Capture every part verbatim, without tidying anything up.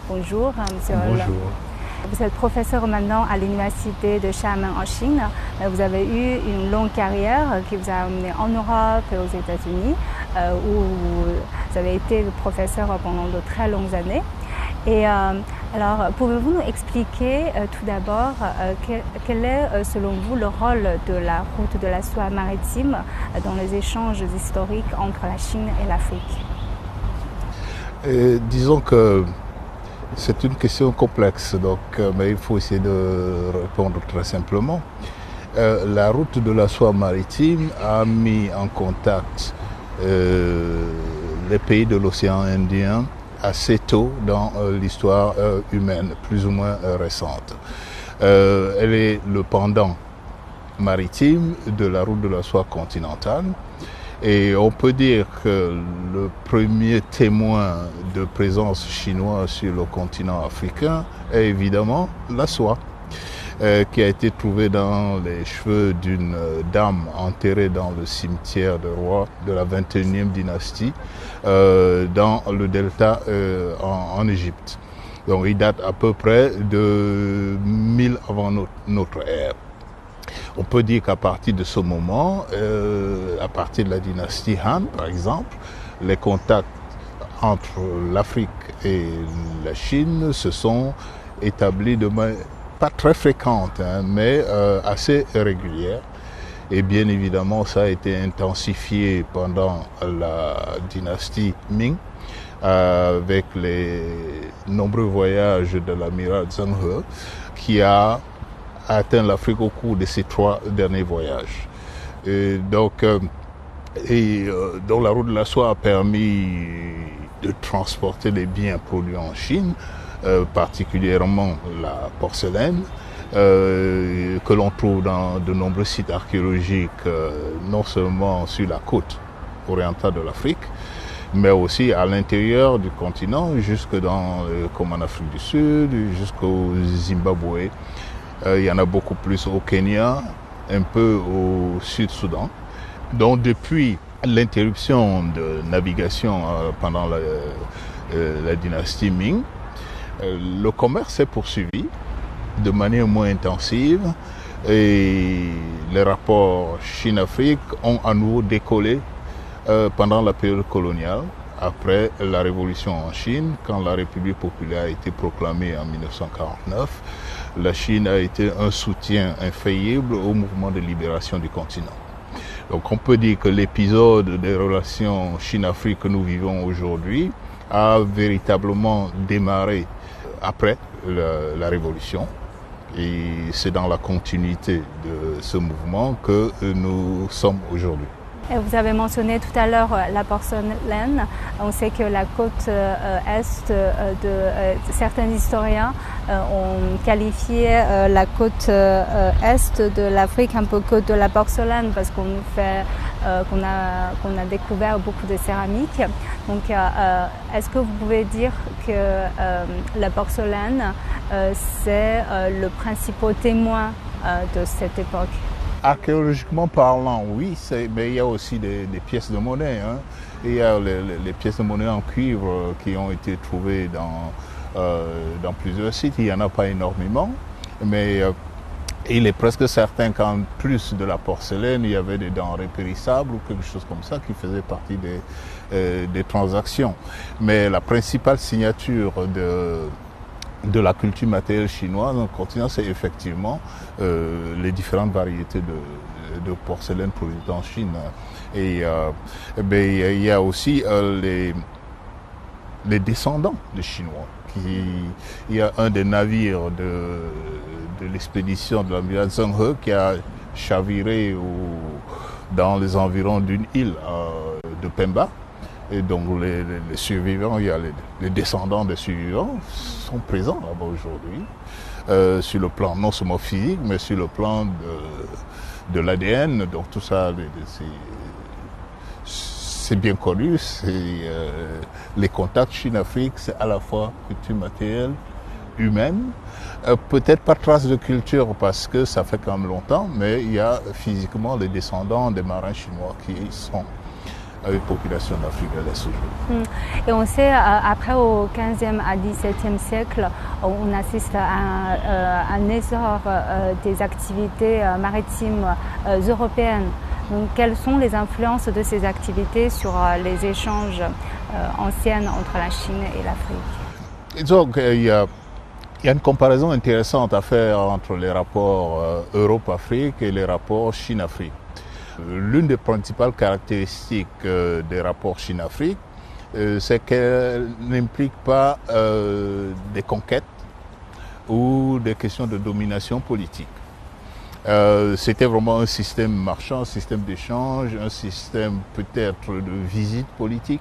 Bonjour, monsieur. Bonjour. Vous êtes professeur maintenant à l'université de Xiamen en Chine. Vous avez eu une longue carrière qui vous a amené en Europe et aux États-Unis, euh, où vous avez été professeur pendant de très longues années. Et euh, alors, pouvez-vous nous expliquer euh, tout d'abord euh, quel, quel est, euh, selon vous, le rôle de la route de la soie maritime euh, dans les échanges historiques entre la Chine et l'Afrique? Et disons que c'est une question complexe, donc, euh, mais il faut essayer de répondre très simplement. Euh, la route de la soie maritime a mis en contact euh, les pays de l'océan Indien assez tôt dans euh, l'histoire euh, humaine, plus ou moins euh, récente. Euh, elle est le pendant maritime de la route de la soie continentale. Et on peut dire que le premier témoin de présence chinoise sur le continent africain est évidemment la soie, euh, qui a été trouvée dans les cheveux d'une dame enterrée dans le cimetière de Roi de la vingt et unième dynastie, euh, dans le delta euh, en, en Égypte. Donc il date à peu près de mille avant notre, notre ère. On peut dire qu'à partir de ce moment, euh, à partir de la dynastie Han, par exemple, les contacts entre l'Afrique et la Chine se sont établis de manière pas très fréquente, hein, mais euh, assez régulière. Et bien évidemment, ça a été intensifié pendant la dynastie Ming, euh, avec les nombreux voyages de l'amiral Zheng He, qui a atteint l'Afrique au cours de ces trois derniers voyages. Et donc, euh, et, euh, donc la route de la soie a permis de transporter les biens produits en Chine, euh, particulièrement la porcelaine, euh, que l'on trouve dans de nombreux sites archéologiques, euh, non seulement sur la côte orientale de l'Afrique, mais aussi à l'intérieur du continent, jusque dans, euh, comme en Afrique du Sud, jusqu'au Zimbabwe. Euh, il y en a beaucoup plus au Kenya, un peu au Sud-Soudan. Donc depuis l'interruption de navigation euh, pendant la, euh, la dynastie Ming, euh, le commerce s'est poursuivi de manière moins intensive et les rapports Chine-Afrique ont à nouveau décollé euh, pendant la période coloniale, après la révolution en Chine, quand la République populaire a été proclamée en mille neuf cent quarante-neuf. La Chine a été un soutien infaillible au mouvement de libération du continent. Donc on peut dire que l'épisode des relations Chine-Afrique que nous vivons aujourd'hui a véritablement démarré après la, la Révolution. Et c'est dans la continuité de ce mouvement que nous sommes aujourd'hui. Vous avez mentionné tout à l'heure la porcelaine. On sait que la côte euh, est euh, de euh, certains historiens euh, ont qualifié euh, la côte euh, est de l'Afrique un peu côte de la porcelaine parce qu'on fait euh, qu'on a qu'on a découvert beaucoup de céramique. Donc, euh, est-ce que vous pouvez dire que euh, la porcelaine euh, c'est euh, le principal témoin euh, de cette époque? Archéologiquement parlant, oui, mais il y a aussi des, des pièces de monnaie. Hein. Il y a les, les pièces de monnaie en cuivre qui ont été trouvées dans, euh, dans plusieurs sites. Il n'y en a pas énormément, mais euh, il est presque certain qu'en plus de la porcelaine, il y avait des denrées périssables ou quelque chose comme ça qui faisait partie des, euh, des transactions. Mais la principale signature de de la culture matérielle chinoise dans le continent, c'est effectivement euh, les différentes variétés de, de porcelaine produites en Chine. Et euh, ben, il y a aussi euh, les, les descendants des Chinois. Qui, il y a un des navires de, de l'expédition de l'amiral Zheng He qui a chaviré au, dans les environs d'une île euh, de Pemba. Et donc les, les, les survivants, il y a les, les descendants des survivants sont présents là-bas aujourd'hui, euh, sur le plan non seulement physique, mais sur le plan de, de l'A D N. Donc tout ça, c'est bien connu. Euh, les contacts Chine-Afrique, c'est à la fois culture matérielle, humaine, euh, peut-être pas trace de culture parce que ça fait quand même longtemps, mais il y a physiquement les descendants des marins chinois qui y sont. avec la population d'Afrique de l'Est aujourd'hui. Et on sait, après au quinzième à dix-septième siècle, on assiste à un, un essor des activités maritimes européennes. Donc, quelles sont les influences de ces activités sur les échanges anciens entre la Chine et l'Afrique? Donc, il y a, il y a une comparaison intéressante à faire entre les rapports Europe-Afrique et les rapports Chine-Afrique. L'une des principales caractéristiques euh, des rapports Chine-Afrique, euh, c'est qu'elle n'implique pas euh, des conquêtes ou des questions de domination politique. Euh, c'était vraiment un système marchand, un système d'échange, un système peut-être de visite politique,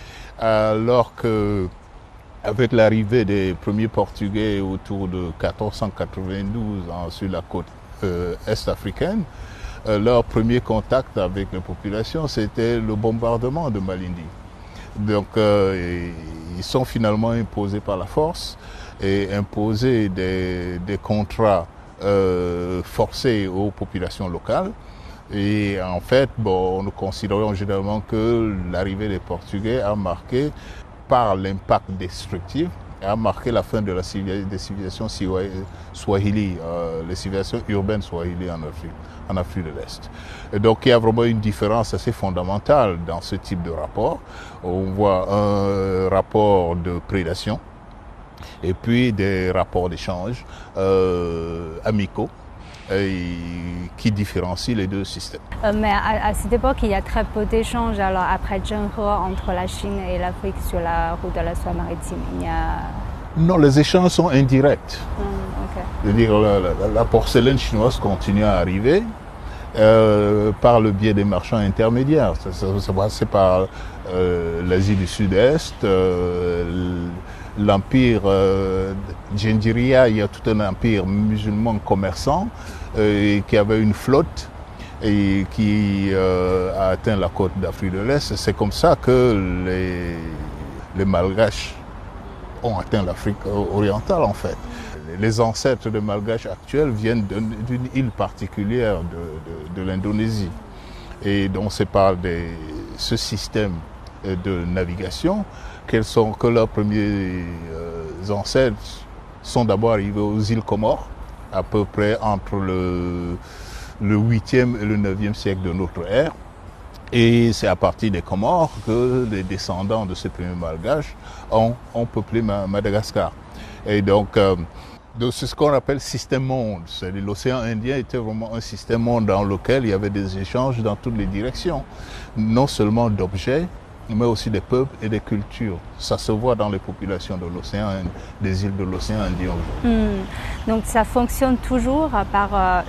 alors que avec l'arrivée des premiers Portugais autour de quatorze cent quatre-vingt-douze hein, sur la côte euh, est-africaine, Euh, leur premier contact avec les populations, c'était le bombardement de Malindi. Donc, euh, ils sont finalement imposés par la force et imposés des, des contrats euh, forcés aux populations locales. Et en fait, bon, nous considérons généralement que l'arrivée des Portugais a marqué, par l'impact destructif, a marqué la fin de la civilisation, des civilisations swahili, euh, les civilisations urbaines swahili en Afrique, en Afrique de l'Est. Et donc il y a vraiment une différence assez fondamentale dans ce type de rapport. On voit un rapport de prédation et puis des rapports d'échange euh, amicaux et qui différencient les deux systèmes. Euh, mais à, à cette époque, il y a très peu d'échanges alors après Zhenghe entre la Chine et l'Afrique sur la route de la soie maritime. Il y a... Non, les échanges sont indirects. Mm, okay. C'est-à-dire la, la, la porcelaine chinoise continue à arriver euh, par le biais des marchands intermédiaires. Ça, ça, ça passe par euh, l'Asie du Sud-Est, euh, l'empire euh, Djendiria, il y a tout un empire musulman commerçant euh, qui avait une flotte et qui euh, a atteint la côte d'Afrique de l'Est. C'est comme ça que les, les Malgaches ont atteint l'Afrique orientale en fait. Les ancêtres des Malgaches actuels viennent d'une île particulière de, de, de l'Indonésie. Et donc c'est par des, ce système de navigation qu'elles sont, que leurs premiers euh, ancêtres sont d'abord arrivés aux îles Comores, à peu près entre le, le huitième et le neuvième siècle de notre ère. Et c'est à partir des Comores que les descendants de ces premiers Malgaches ont, ont peuplé Madagascar. Et donc, euh, donc c'est ce qu'on appelle système monde. L'océan Indien était vraiment un système monde dans lequel il y avait des échanges dans toutes les directions, non seulement d'objets, mais aussi des peuples et des cultures. Ça se voit dans les populations de l'océan, des îles de l'océan Indien. Mmh. Donc ça fonctionne toujours par euh,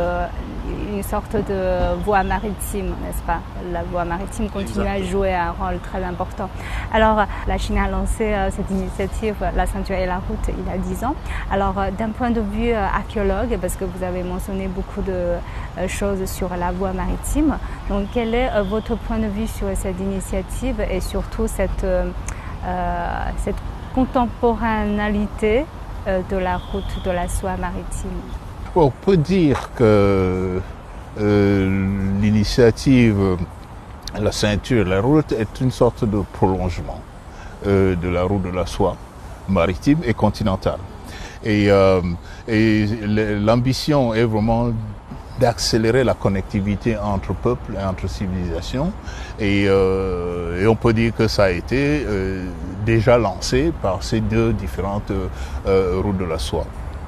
le, une sorte de voie maritime, n'est-ce pas? La voie maritime continue Exactement. à jouer un rôle très important. Alors la Chine a lancé euh, cette initiative, la ceinture et la route, il y a dix ans. Alors euh, d'un point de vue euh, archéologue, parce que vous avez mentionné beaucoup de euh, choses sur la voie maritime, donc quel est euh, votre point de vue sur cette initiative et surtout cette, euh, cette contemporanéité euh, de la route de la soie maritime? On peut dire que euh, l'initiative, la ceinture, la route est une sorte de prolongement euh, de la route de la soie maritime et continentale. Et, euh, et l'ambition est vraiment d'accélérer la connectivité entre peuples et entre civilisations. Et, euh, et on peut dire que ça a été euh, déjà lancé par ces deux différentes euh, routes de la soie.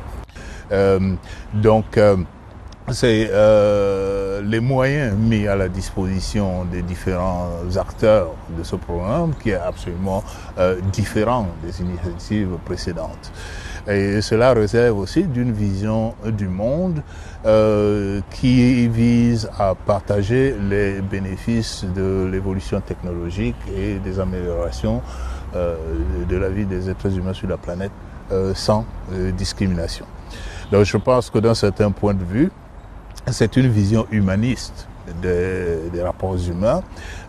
Euh, donc, euh, c'est euh, les moyens mis à la disposition des différents acteurs de ce programme qui est absolument euh, différent des initiatives précédentes. Et cela réserve aussi d'une vision du monde euh, qui vise à partager les bénéfices de l'évolution technologique et des améliorations euh, de la vie des êtres humains sur la planète euh, sans euh, discrimination. Donc je pense que d'un certain point de vue, c'est une vision humaniste des, des rapports humains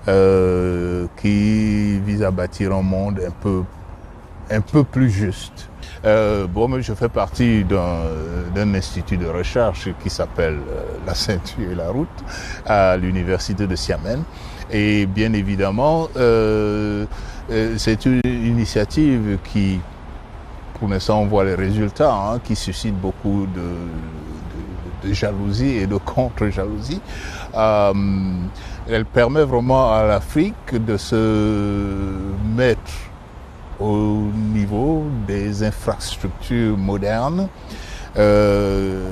euh, qui vise à bâtir un monde un peu, un peu plus juste. Euh, bon, mais je fais partie d'un institut de recherche qui s'appelle euh, la ceinture et la route à l'université de Xiamen. Et bien évidemment, euh, euh, c'est une initiative qui, pour l'instant, on voit les résultats, hein, qui suscite beaucoup de, de, de jalousie et de contre-jalousie. Euh, elle permet vraiment à l'Afrique de se mettre au niveau des infrastructures modernes euh,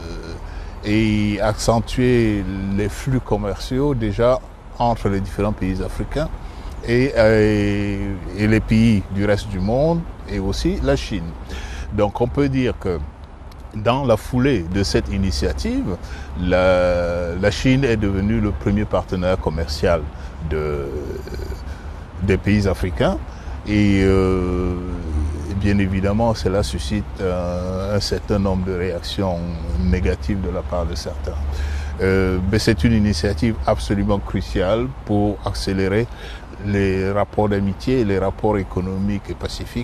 et accentuer les flux commerciaux déjà entre les différents pays africains et, euh, et les pays du reste du monde et aussi la Chine. Donc on peut dire que dans la foulée de cette initiative, la, la Chine est devenue le premier partenaire commercial de, des pays africains. Et euh, bien évidemment, cela suscite euh, un certain nombre de réactions négatives de la part de certains. Euh, mais c'est une initiative absolument cruciale pour accélérer les rapports d'amitié et les rapports économiques et pacifiques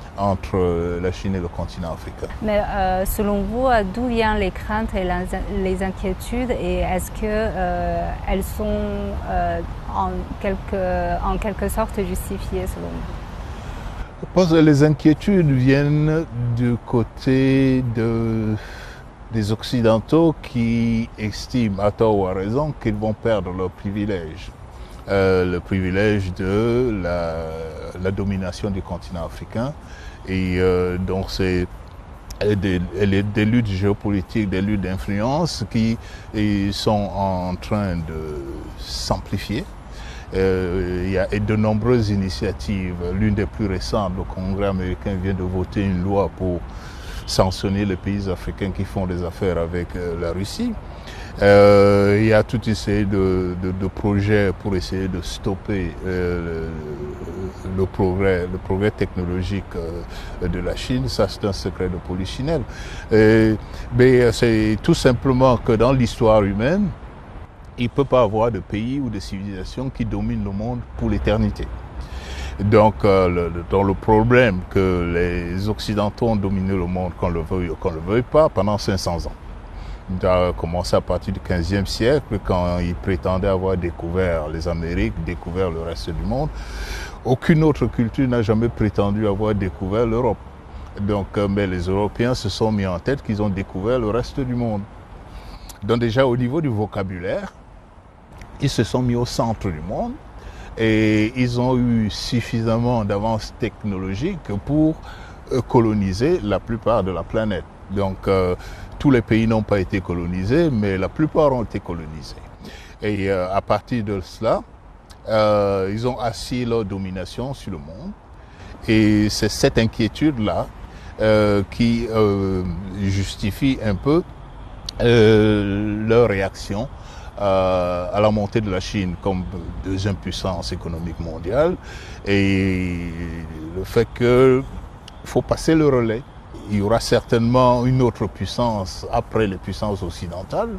entre la Chine et le continent africain. Mais euh, selon vous, d'où viennent les craintes et les inquiétudes et est-ce qu'elles euh, sont euh, en, quelque, en quelque sorte justifiées selon vous? Je pense que les inquiétudes viennent du côté de, des Occidentaux qui estiment, à tort ou à raison, qu'ils vont perdre leur privilège. Euh, le privilège de la, la domination du continent africain. Et euh, donc c'est des, des luttes géopolitiques, des luttes d'influence qui sont en train de s'amplifier. Euh, il y a de nombreuses initiatives. L'une des plus récentes, le Congrès américain vient de voter une loi pour sanctionner les pays africains qui font des affaires avec euh, la Russie. Euh, il y a toute une série de, de, de projets pour essayer de stopper euh, le, le, progrès, le progrès technologique euh, de la Chine. Ça, c'est un secret de polichinelle. Euh, mais c'est tout simplement que dans l'histoire humaine, il ne peut pas avoir de pays ou de civilisation qui dominent le monde pour l'éternité. Donc, euh, le, dans le problème que les Occidentaux ont dominé le monde, qu'on le veuille ou qu'on ne le veuille pas, pendant cinq cents ans. Ça a commencé à partir du quinzième siècle, quand ils prétendaient avoir découvert les Amériques, découvert le reste du monde. Aucune autre culture n'a jamais prétendu avoir découvert l'Europe. Donc, mais les Européens se sont mis en tête qu'ils ont découvert le reste du monde. Donc déjà au niveau du vocabulaire, ils se sont mis au centre du monde et ils ont eu suffisamment d'avance technologique pour coloniser la plupart de la planète. Donc euh, tous les pays n'ont pas été colonisés, mais la plupart ont été colonisés. Et euh, à partir de cela, euh, ils ont assis leur domination sur le monde. Et c'est cette inquiétude-là euh, qui euh, justifie un peu euh, leur réaction euh, à la montée de la Chine comme deuxième puissance économique mondiale. Et le fait qu'il faut passer le relais. Il y aura certainement une autre puissance après les puissances occidentales,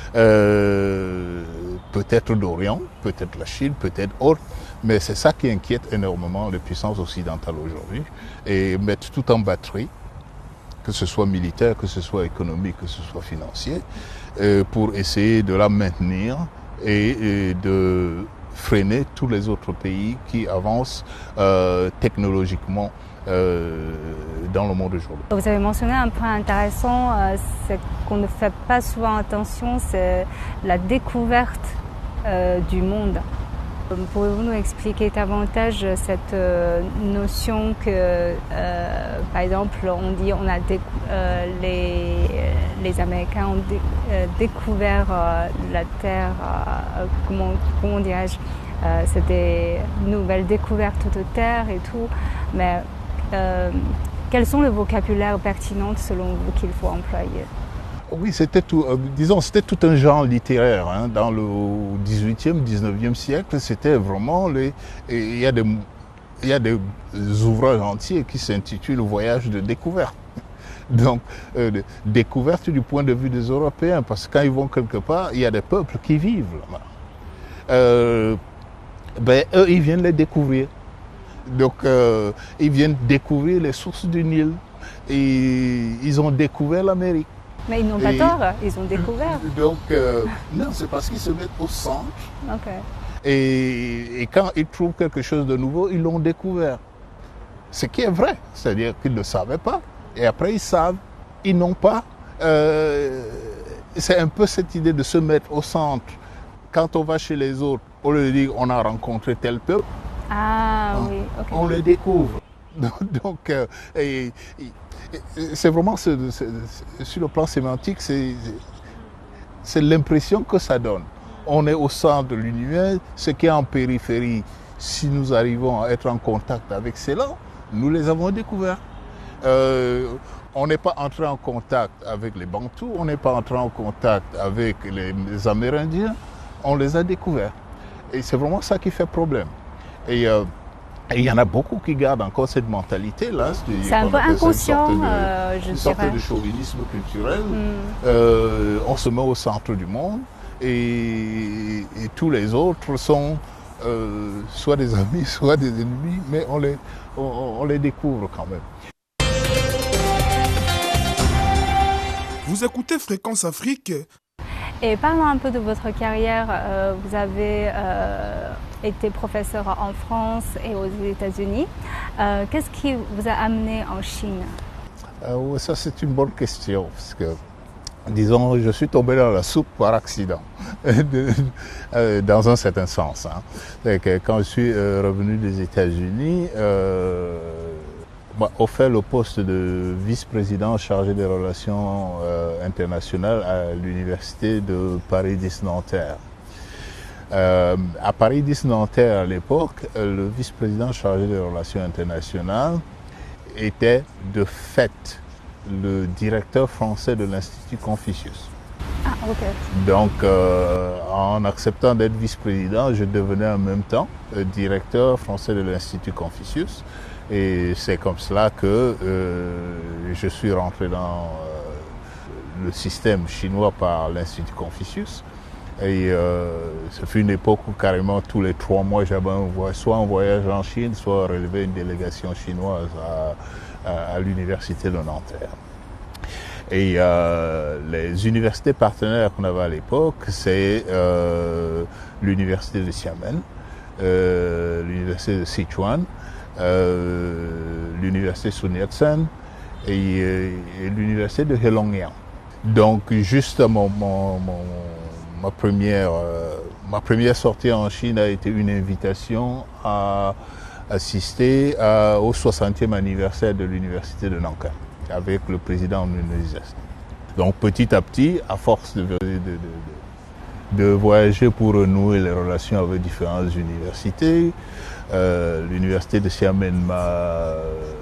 euh, peut-être d'Orient, peut-être la Chine, peut-être autre, mais c'est ça qui inquiète énormément les puissances occidentales aujourd'hui, et mettre tout en batterie, que ce soit militaire, que ce soit économique, que ce soit financier, euh, pour essayer de la maintenir et, et de freiner tous les autres pays qui avancent euh, technologiquement Euh, dans le monde aujourd'hui. Vous avez mentionné un point intéressant, euh, c'est qu'on ne fait pas souvent attention, c'est la découverte euh, du monde. Pouvez-vous nous expliquer davantage cette euh, notion que, euh, par exemple, on dit on a euh, les, les Américains ont dé euh, découvert euh, la Terre, euh, comment, comment dirais-je, euh, c'est des nouvelles découvertes de terre et tout, mais Euh, quels sont les vocabulaires pertinents selon vous qu'il faut employer? Oui, c'était tout, euh, disons, c'était tout un genre littéraire. Hein. Dans le dix-huitième, dix-neuvième siècle, c'était vraiment les. Il y a des, il y a des ouvrages entiers qui s'intitulent Voyage de découverte. Donc, euh, de, découverte du point de vue des Européens, parce que quand ils vont quelque part, il y a des peuples qui vivent là-bas. Euh, ben, eux, ils viennent les découvrir. Donc, euh, ils viennent découvrir les sources du Nil et ils ont découvert l'Amérique. Mais ils n'ont pas et, tort, ils ont découvert. Donc, euh, non, c'est parce qu'ils se mettent au centre okay. Et, et quand ils trouvent quelque chose de nouveau, ils l'ont découvert. Ce qui est vrai, c'est-à-dire qu'ils ne savaient pas. Et après, ils savent, ils n'ont pas. Euh, c'est un peu cette idée de se mettre au centre. Quand on va chez les autres, au lieu de dire on a rencontré tel peuple, ah, hein, oui, ok. on le découvre. Donc, euh, et, et, c'est vraiment, ce, ce, sur le plan sémantique, c'est, c'est l'impression que ça donne. On est au centre de l'univers, ce qui est en périphérie, si nous arrivons à être en contact avec cela, nous les avons découverts. Euh, on n'est pas entré en contact avec les Bantous, on n'est pas entré en contact avec les, les Amérindiens, on les a découverts. Et c'est vraiment ça qui fait problème. Et euh, il y en a beaucoup qui gardent encore cette mentalité-là. C'est un peu inconscient, une sorte de, euh, je une dirais. sorte de chauvinisme culturel. Mm. Euh, on se met au centre du monde et, et tous les autres sont euh, soit des amis, soit des ennemis, mais on les, on, on les découvre quand même. Vous écoutez Fréquence Afrique. Et parlons un peu de votre carrière. Euh, vous avez euh, été professeur en France et aux États-Unis. Euh, qu'est-ce qui vous a amené en Chine? euh, Ça, c'est une bonne question. Parce que, disons, je suis tombé dans la soupe par accident, dans un certain sens. Hein. C'est que quand je suis revenu des États-Unis, euh, m'a offert le poste de vice-président chargé des relations euh, internationales à l'université de Paris dix Nanterre. Euh, à Paris dix Nanterre, à l'époque, le vice-président chargé des relations internationales était de fait le directeur français de l'Institut Confucius. Ah, ok. Donc, euh, en acceptant d'être vice-président, je devenais en même temps euh, directeur français de l'Institut Confucius. Et c'est comme cela que euh, je suis rentré dans euh, le système chinois par l'Institut Confucius. Et euh, ce fut une époque où carrément tous les trois mois, j'avais un voyage, soit un voyage en Chine, soit relever une délégation chinoise à, à, à l'université de Nanterre. Et euh, les universités partenaires qu'on avait à l'époque, c'est euh, l'université de Xiamen, euh, l'université de Sichuan, Euh, l'université Sun Yat-sen et, et l'université de Heilongjiang. Donc justement, mon, mon, ma, première, euh, ma première sortie en Chine a été une invitation à assister à, au soixantième anniversaire de l'université de Nankin avec le président Nunezes. Donc petit à petit, à force de, de, de, de, de voyager pour renouer les relations avec différentes universités, Euh, l'université de Xiamen m'a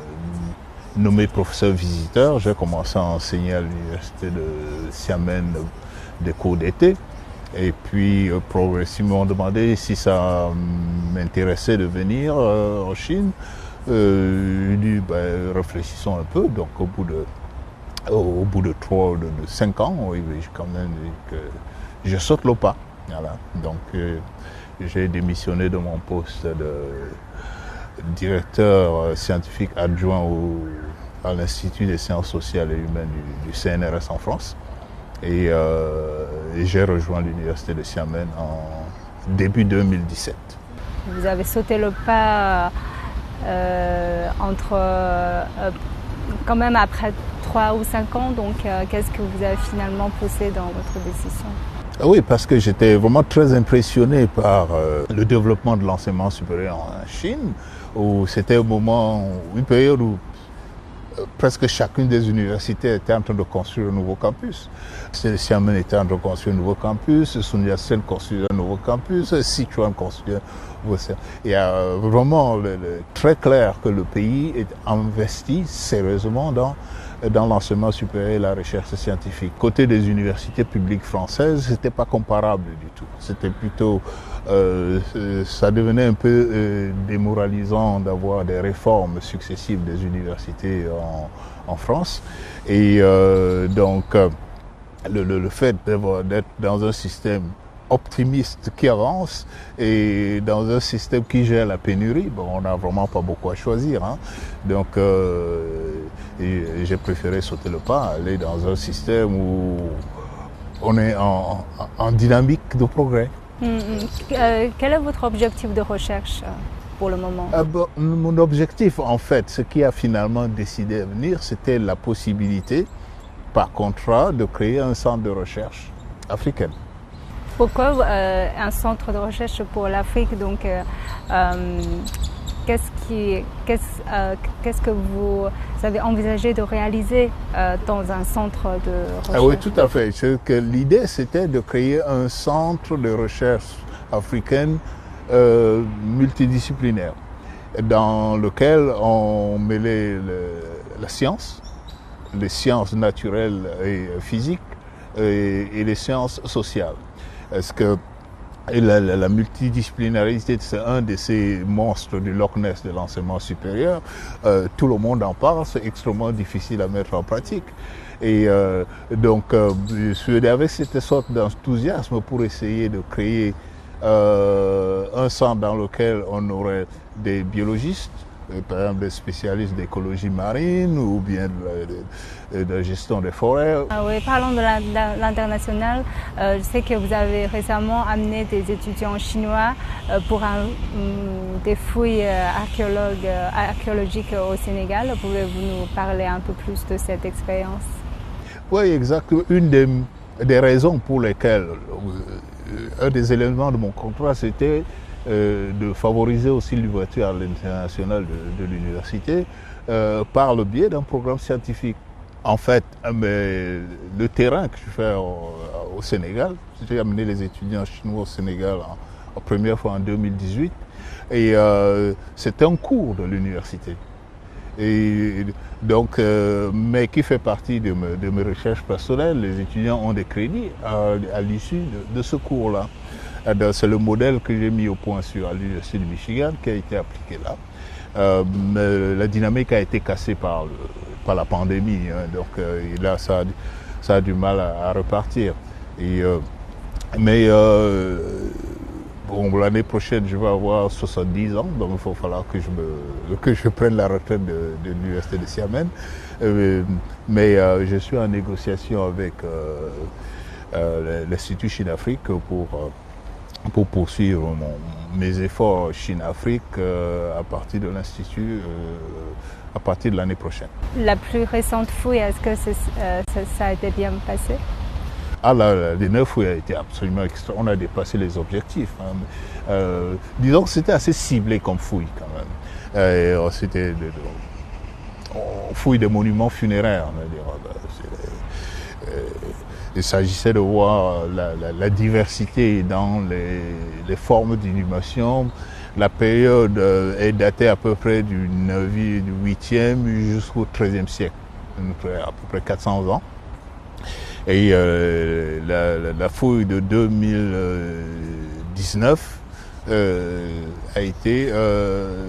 nommé professeur visiteur. J'ai commencé à enseigner à l'université de Xiamen des cours d'été. Et puis euh, progressivement, on m'a demandé si ça m'intéressait de venir euh, en Chine. Euh, j'ai dit, ben, réfléchissons un peu. Donc au bout de, au bout de trois, de, de cinq ans, oui, j'ai quand même dit que je saute le pas. Voilà. Donc euh, j'ai démissionné de mon poste de directeur scientifique adjoint au, à l'Institut des sciences sociales et humaines du, du C N R S en France. Et, euh, et j'ai rejoint l'université de Xiamen en début deux mille dix-sept. Vous avez sauté le pas euh, entre, euh, quand même après trois ou cinq ans, donc euh, qu'est-ce que vous avez finalement poussé dans votre décision? Oui, parce que j'étais vraiment très impressionné par euh, le développement de l'enseignement supérieur en Chine, où c'était au moment, une période où euh, presque chacune des universités était en train de construire un nouveau campus. Xiamen était en train de construire un nouveau campus, Sun Yat-sen construisait un nouveau campus, Sichuan construisait un nouveau campus. Il y a vraiment le, le, très clair que le pays est investi sérieusement dans dans l'enseignement supérieur et la recherche scientifique. Côté des universités publiques françaises, c'était pas comparable du tout. C'était plutôt, euh, ça devenait un peu euh, démoralisant d'avoir des réformes successives des universités en, en France. Et euh, donc, euh, le, le, le fait d'être dans un système optimiste qui avance et dans un système qui gère la pénurie, bon, on n'a vraiment pas beaucoup à choisir. Hein. Donc, euh, et j'ai préféré sauter le pas, aller dans un système où on est en, en dynamique de progrès. Mmh, euh, quel est votre objectif de recherche pour le moment? euh, bon, Mon objectif, en fait, ce qui a finalement décidé de venir, c'était la possibilité, par contrat, de créer un centre de recherche africaine. Pourquoi euh, un centre de recherche pour l'Afrique? Donc, euh, euh, qu'est-ce, qui, qu'est-ce, euh, qu'est-ce que vous avez envisagé de réaliser euh, dans un centre de recherche? Ah oui, tout à fait. C'est que l'idée, c'était de créer un centre de recherche africaine euh, multidisciplinaire, dans lequel on mêlait le, la science, les sciences naturelles et physiques et, et les sciences sociales. Est-ce que la, la, la multidisciplinarité, c'est un de ces monstres du Loch Ness de l'enseignement supérieur. Euh, tout le monde en parle, c'est extrêmement difficile à mettre en pratique. Et euh, donc, euh, je suis avec cette sorte d'enthousiasme pour essayer de créer euh, un centre dans lequel on aurait des biologistes, par exemple des spécialistes d'écologie marine ou bien de, de, de gestion des forêts. Ah oui, parlons de l'international. Euh, je sais que vous avez récemment amené des étudiants chinois euh, pour un, des fouilles archéologues, archéologiques au Sénégal. Pouvez-vous nous parler un peu plus de cette expérience? Oui, exactement. Une des, des raisons pour lesquelles, euh, un des éléments de mon contrat, c'était Euh, de favoriser aussi l'ouverture à l'international de, de l'université euh, par le biais d'un programme scientifique. En fait, mais le terrain que je fais au, au Sénégal, j'ai amené les étudiants chinois au Sénégal en, en première fois en deux mille dix-huit et euh, c'était un cours de l'université. Et donc, euh, mais qui fait partie de, me, de mes recherches personnelles. Les étudiants ont des crédits à, à l'issue de, de ce cours-là. C'est le modèle que j'ai mis au point sur l'Université du Michigan qui a été appliqué là. Euh, mais la dynamique a été cassée par, le, par la pandémie, hein, donc euh, là ça a, ça a du mal à, à repartir. Et, euh, mais euh, bon, l'année prochaine je vais avoir soixante-dix ans, donc il va falloir que je, me, que je prenne la retraite de, de l'Université de Xiamen. Euh, mais euh, je suis en négociation avec euh, euh, l'Institut Chine-Afrique pour euh, pour poursuivre mon, mes efforts Chine-Afrique euh, à partir de l'Institut, euh, à partir de l'année prochaine. La plus récente fouille, est-ce que euh, ça, ça a été bien passé? Ah là, les neuf fouilles a été absolument extra. On a dépassé les objectifs. Hein. Euh, disons que c'était assez ciblé comme fouille quand même. Euh, c'était de, de, on fouille des monuments funéraires. On va dire. Euh, Il s'agissait de voir la, la, la diversité dans les, les formes d'inhumation. La période est datée à peu près du neuvième, du huitième jusqu'au treizième siècle, à peu près quatre cents ans. Et euh, la, la, la fouille de deux mille dix-neuf euh, a été euh,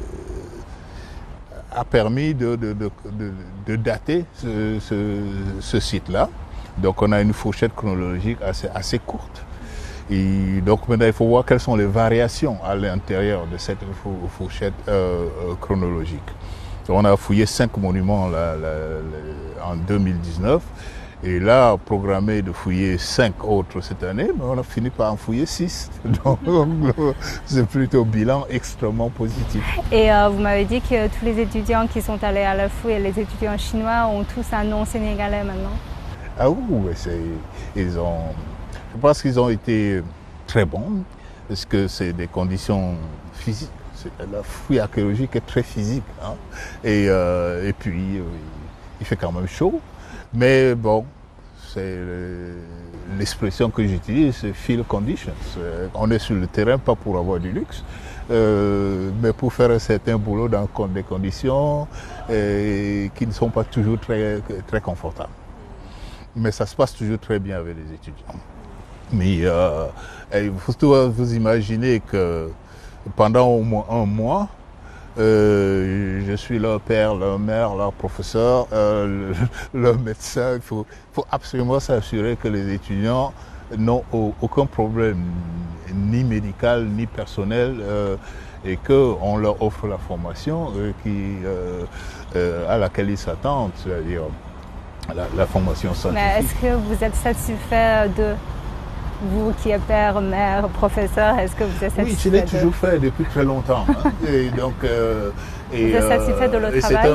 a permis de, de, de, de, de dater ce, ce, ce site-là. Donc on a une fourchette chronologique assez, assez courte. Et donc maintenant il faut voir quelles sont les variations à l'intérieur de cette fourchette euh, chronologique. Donc, on a fouillé cinq monuments là, là, là, en deux mille dix-neuf et là programmé de fouiller cinq autres cette année, mais on a fini par en fouiller six. Donc c'est plutôt un bilan extrêmement positif. Et euh, vous m'avez dit que tous les étudiants qui sont allés à la fouille, les étudiants chinois, ont tous un nom sénégalais maintenant. Ah oui, ils ont, je pense qu'ils ont été très bons, parce que c'est des conditions physiques. La fouille archéologique est très physique. Hein. Et, euh, et puis, il fait quand même chaud. Mais bon, c'est l'expression que j'utilise, c'est field conditions. On est sur le terrain pas pour avoir du luxe, euh, mais pour faire un certain boulot dans des conditions euh, qui ne sont pas toujours très, très confortables. Mais ça se passe toujours très bien avec les étudiants. Mais euh, il faut vous imaginer que pendant au moins un mois, euh, je suis leur père, leur mère, leur professeur, euh, leur médecin. Il faut, faut absolument s'assurer que les étudiants n'ont aucun problème, ni médical, ni personnel, euh, et qu'on leur offre la formation euh, qui, euh, euh, à laquelle ils s'attendent, c'est-à-dire La, la formation scientifique. Mais est-ce que vous êtes satisfait de, vous qui êtes père, mère, professeur, est-ce que vous êtes satisfait? Oui, je l'ai toujours fait depuis très longtemps. Hein. Et donc, euh, et, vous êtes satisfait de le travail?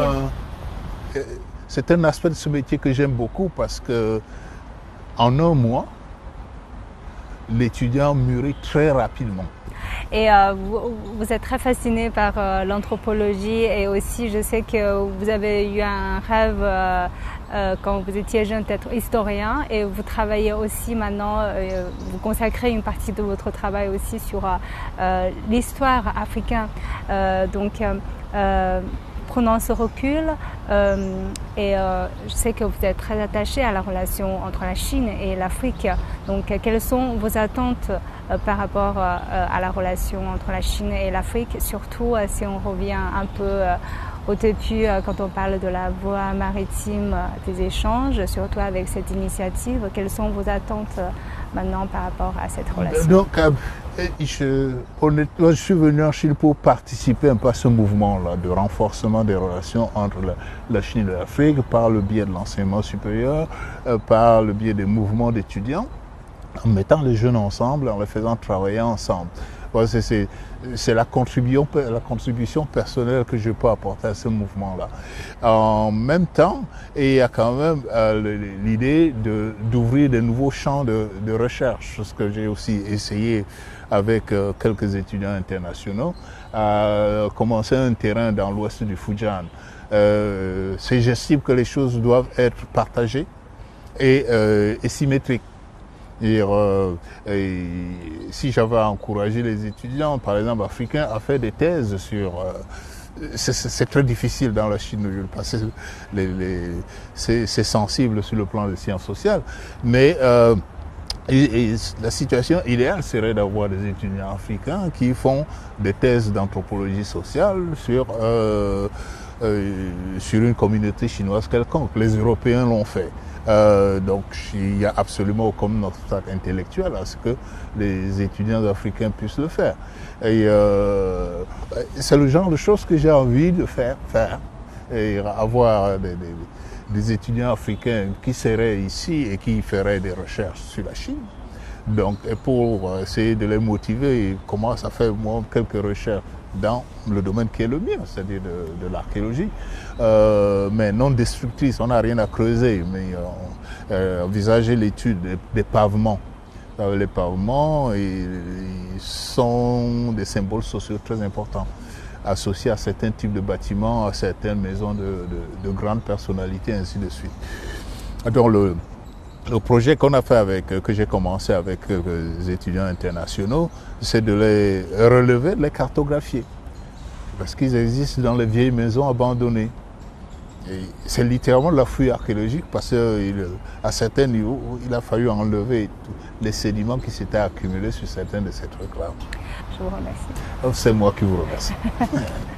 C'est un, un aspect de ce métier que j'aime beaucoup parce que en un mois, l'étudiant mûrit très rapidement. Et euh, vous, vous êtes très fasciné par euh, l'anthropologie et aussi je sais que vous avez eu un rêve euh, euh, quand vous étiez jeune d'être historien et vous travaillez aussi maintenant, euh, vous consacrez une partie de votre travail aussi sur euh, l'histoire africaine. Euh, donc euh, prenant ce recul euh, et euh, je sais que vous êtes très attaché à la relation entre la Chine et l'Afrique. Donc quelles sont vos attentes euh, par rapport euh, à la relation entre la Chine et l'Afrique, surtout euh, si on revient un peu euh, au début euh, quand on parle de la voie maritime euh, des échanges, surtout avec cette initiative, quelles sont vos attentes euh, maintenant par rapport à cette relation? Donc, euh, je, honnêtement, je suis venu en Chine pour participer un peu à ce mouvement-là de renforcement des relations entre la, la Chine et l'Afrique par le biais de l'enseignement supérieur, euh, par le biais des mouvements d'étudiants, en mettant les jeunes ensemble, en les faisant travailler ensemble. C'est la contribution, la contribution personnelle que je peux apporter à ce mouvement-là. En même temps, il y a quand même euh, l'idée d'ouvrir de nouveaux champs de, de recherche, ce que j'ai aussi essayé avec euh, quelques étudiants internationaux, à commencer un terrain dans l'ouest du Fujian. Euh, j'estime que les choses doivent être partagées et, euh, et symétriques. Et, euh, et si j'avais encouragé les étudiants, par exemple africains, à faire des thèses sur... Euh, c'est très difficile dans la Chine, parce que c'est sensible sur le plan des sciences sociales, mais euh, et, et la situation idéale serait d'avoir des étudiants africains qui font des thèses d'anthropologie sociale sur, euh, euh, sur une communauté chinoise quelconque. Les Européens l'ont fait. Euh, donc il n'y a absolument aucun obstacle intellectuel à ce que les étudiants africains puissent le faire. Et euh, c'est le genre de choses que j'ai envie de faire, faire et avoir des, des, des étudiants africains qui seraient ici et qui feraient des recherches sur la Chine. Donc pour essayer de les motiver, ils commencent à faire moi quelques recherches dans le domaine qui est le mien, c'est-à-dire de, de l'archéologie, euh, mais non destructrice, on n'a rien à creuser, mais euh, euh, envisager l'étude des, des pavements. Euh, les pavements ils, ils sont des symboles sociaux très importants, associés à certains types de bâtiments, à certaines maisons de, de, de grandes personnalités, ainsi de suite. Donc le, le projet qu'on a fait avec, que j'ai commencé avec les étudiants internationaux, c'est de les relever, de les cartographier. Parce qu'ils existent dans les vieilles maisons abandonnées. C'est littéralement de la fouille archéologique parce qu'à certains niveaux, il a fallu enlever les sédiments qui s'étaient accumulés sur certains de ces trucs-là. Je vous remercie. C'est moi qui vous remercie.